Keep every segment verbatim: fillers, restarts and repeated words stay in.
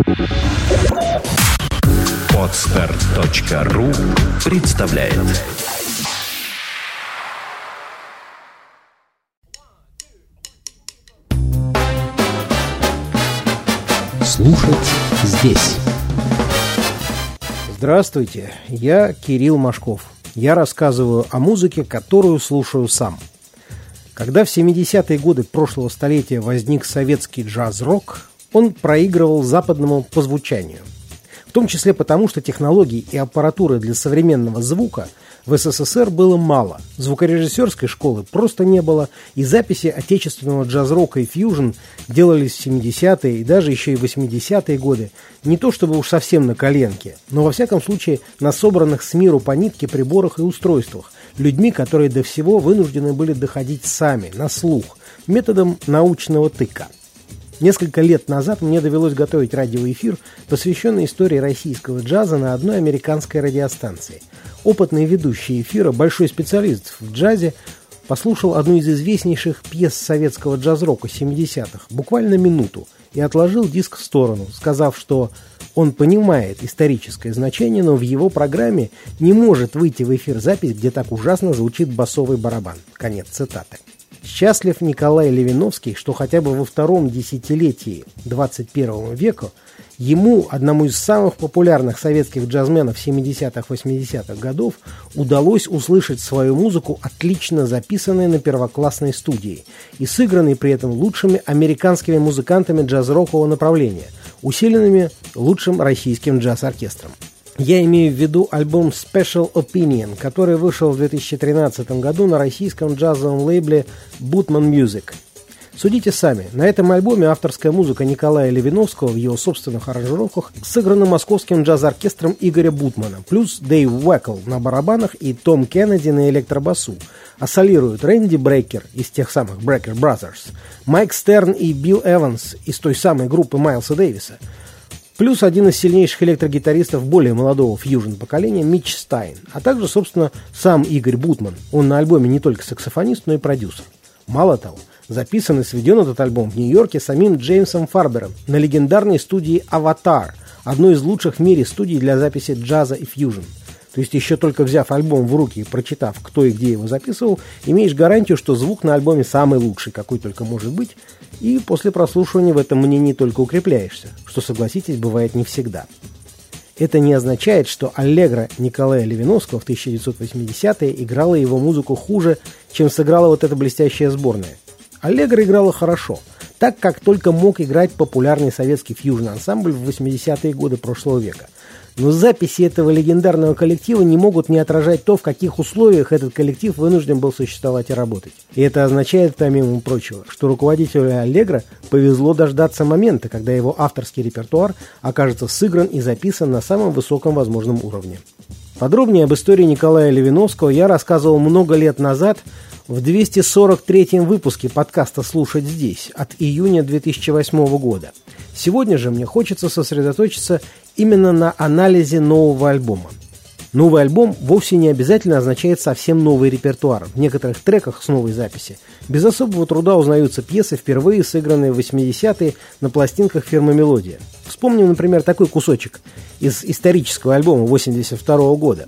Подстер точка ру представляет. Слушать здесь. Здравствуйте, я Кирилл Машков. Я рассказываю о музыке, которую слушаю сам. Когда в семидесятые годы прошлого столетия возник советский джаз-рок, он проигрывал западному по звучанию. В том числе потому, что технологий и аппаратуры для современного звука в СССР было мало, звукорежиссерской школы просто не было, и записи отечественного джаз-рока и фьюжн делались в семидесятые и даже еще и восьмидесятые годы не то чтобы уж совсем на коленке, но во всяком случае на собранных с миру по нитке приборах и устройствах, людьми, которые до всего вынуждены были доходить сами, на слух, методом научного тыка. Несколько лет назад мне довелось готовить радиоэфир, посвященный истории российского джаза на одной американской радиостанции. Опытный ведущий эфира, большой специалист в джазе, послушал одну из известнейших пьес советского джаз-рока семидесятых, буквально минуту, и отложил диск в сторону, сказав, что он понимает историческое значение, но в его программе не может выйти в эфир запись, где так ужасно звучит басовый барабан. Конец цитаты. Счастлив Николай Левиновский, что хотя бы во втором десятилетии двадцать первого века ему, одному из самых популярных советских джазменов семидесятых-восьмидесятых годов, удалось услышать свою музыку, отлично записанной на первоклассной студии и сыгранной при этом лучшими американскими музыкантами джаз-рокового направления, усиленными лучшим российским джаз-оркестром. Я имею в виду альбом Special Opinion, который вышел в две тысячи тринадцатом году на российском джазовом лейбле Bootman Music. Судите сами, на этом альбоме авторская музыка Николая Левиновского в его собственных аранжировках сыграна московским джаз-оркестром Игоря Бутмана, плюс Дэйв Уэкл на барабанах и Том Кеннеди на электробасу, а солируют Рэнди Брейкер из тех самых Brecker Brothers, Майк Стерн и Билл Эванс из той самой группы Майлса Дэвиса, плюс один из сильнейших электрогитаристов более молодого фьюжн-поколения Митч Стайн, а также, собственно, сам Игорь Бутман. Он на альбоме не только саксофонист, но и продюсер. Мало того, записан и сведен этот альбом в Нью-Йорке самим Джеймсом Фарбером на легендарной студии «Аватар», одной из лучших в мире студий для записи джаза и фьюжн. То есть еще только взяв альбом в руки и прочитав, кто и где его записывал, имеешь гарантию, что звук на альбоме самый лучший, какой только может быть, и после прослушивания в этом мнении только укрепляешься, что, согласитесь, бывает не всегда. Это не означает, что аллегро Николая Левиновского в тысяча девятьсот восьмидесятые играла его музыку хуже, чем сыграла вот эта блестящая сборная. Аллегро играла хорошо, так как только мог играть популярный советский фьюжн-ансамбль в восьмидесятые годы прошлого века. Но записи этого легендарного коллектива не могут не отражать то, в каких условиях этот коллектив вынужден был существовать и работать. И это означает, помимо прочего, что руководителю Аллегро повезло дождаться момента, когда его авторский репертуар окажется сыгран и записан на самом высоком возможном уровне. Подробнее об истории Николая Левиновского я рассказывал много лет назад в двести сорок третьем выпуске подкаста «Слушать здесь» от июня две тысячи восьмого года. Сегодня же мне хочется сосредоточиться именно на анализе нового альбома. Новый альбом вовсе не обязательно означает совсем новый репертуар. В некоторых треках с новой записи без особого труда узнаются пьесы, впервые сыгранные в восьмидесятые на пластинках фирмы «Мелодия». Вспомним, например, такой кусочек из исторического альбома восемьдесят второго года.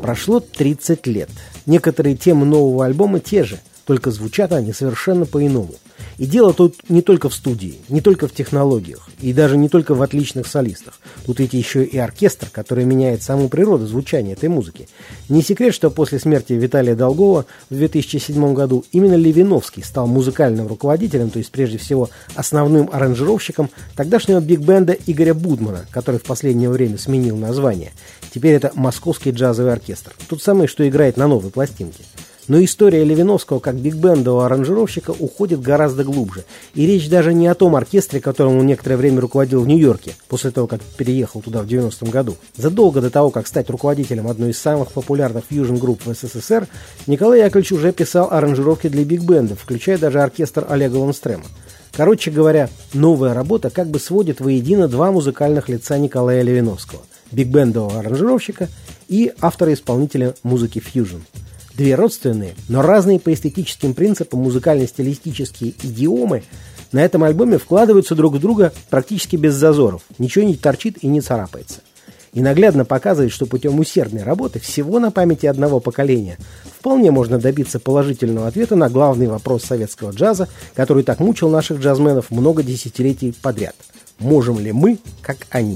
Прошло тридцать лет. Некоторые темы нового альбома те же, только звучат они совершенно по-иному. И дело тут не только в студии, не только в технологиях, и даже не только в отличных солистах. Тут ведь еще и оркестр, который меняет саму природу звучания этой музыки. Не секрет, что после смерти Виталия Долгова в две тысячи седьмом году именно Левиновский стал музыкальным руководителем, то есть прежде всего основным аранжировщиком тогдашнего биг-бенда Игоря Будмана, который в последнее время сменил название. Теперь это Московский джазовый оркестр. Тот самый, что играет на новой пластинке. Но история Левиновского как биг-бендового аранжировщика уходит гораздо глубже. И речь даже не о том оркестре, которым он некоторое время руководил в Нью-Йорке, после того, как переехал туда в девяностом году. Задолго до того, как стать руководителем одной из самых популярных фьюжн-групп в СССР, Николай Яковлевич уже писал аранжировки для биг-бендов, включая даже оркестр Олега Ланстрема. Короче говоря, новая работа как бы сводит воедино два музыкальных лица Николая Левиновского – биг-бендового аранжировщика и автора-исполнителя музыки фьюжн. Две родственные, но разные по эстетическим принципам музыкально-стилистические идиомы на этом альбоме вкладываются друг в друга практически без зазоров, ничего не торчит и не царапается. И наглядно показывает, что путем усердной работы всего на памяти одного поколения вполне можно добиться положительного ответа на главный вопрос советского джаза, который так мучил наших джазменов много десятилетий подряд. Можем ли мы, как они?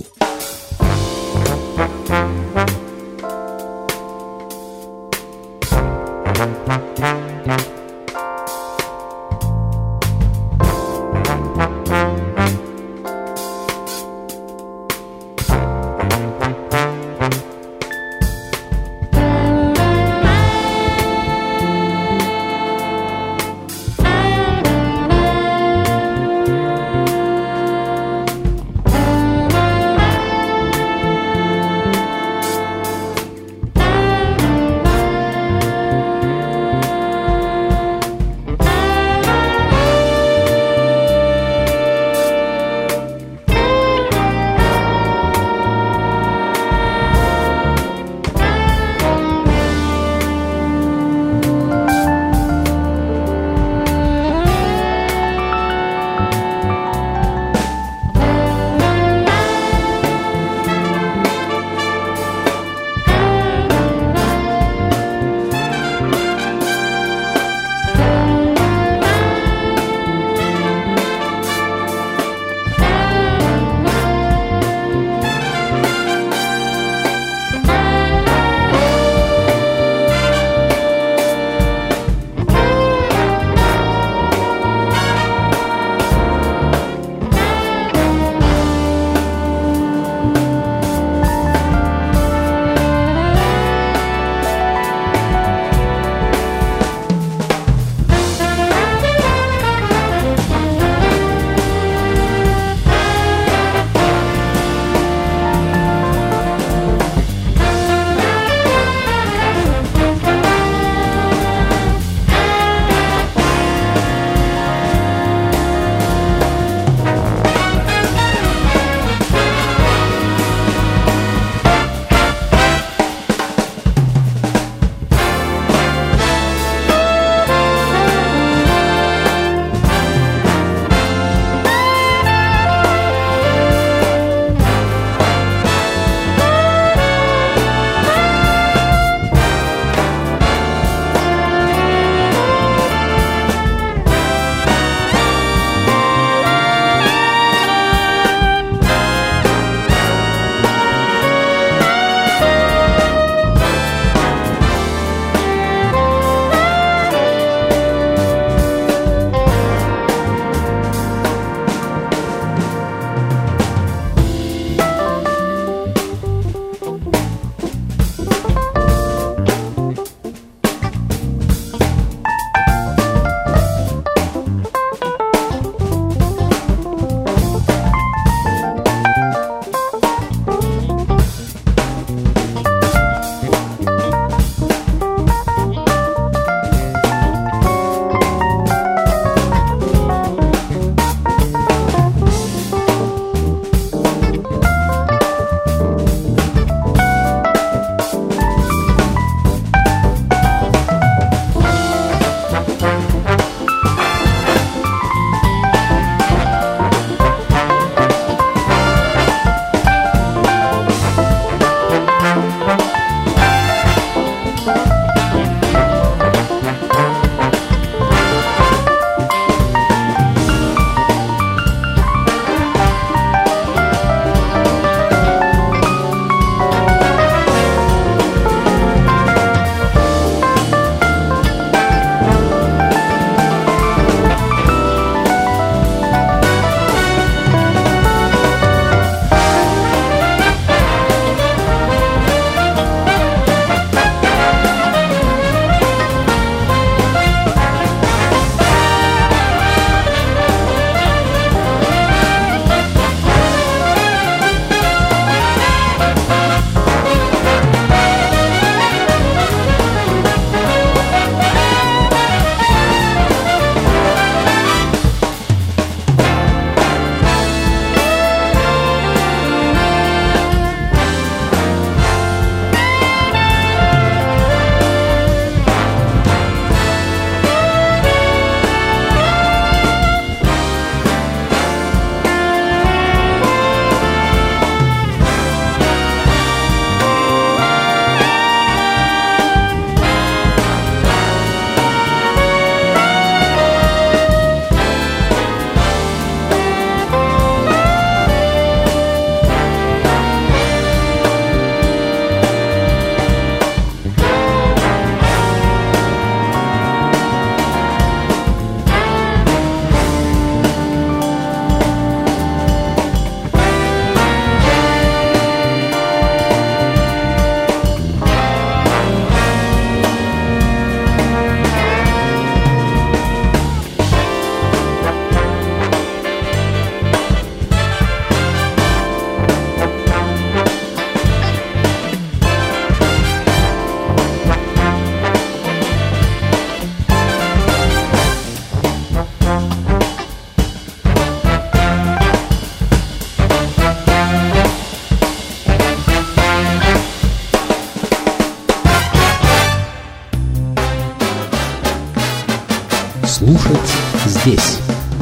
Слушать здесь.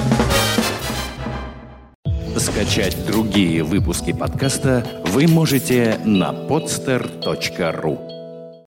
Скачать другие выпуски подкаста вы можете на podster точка ру.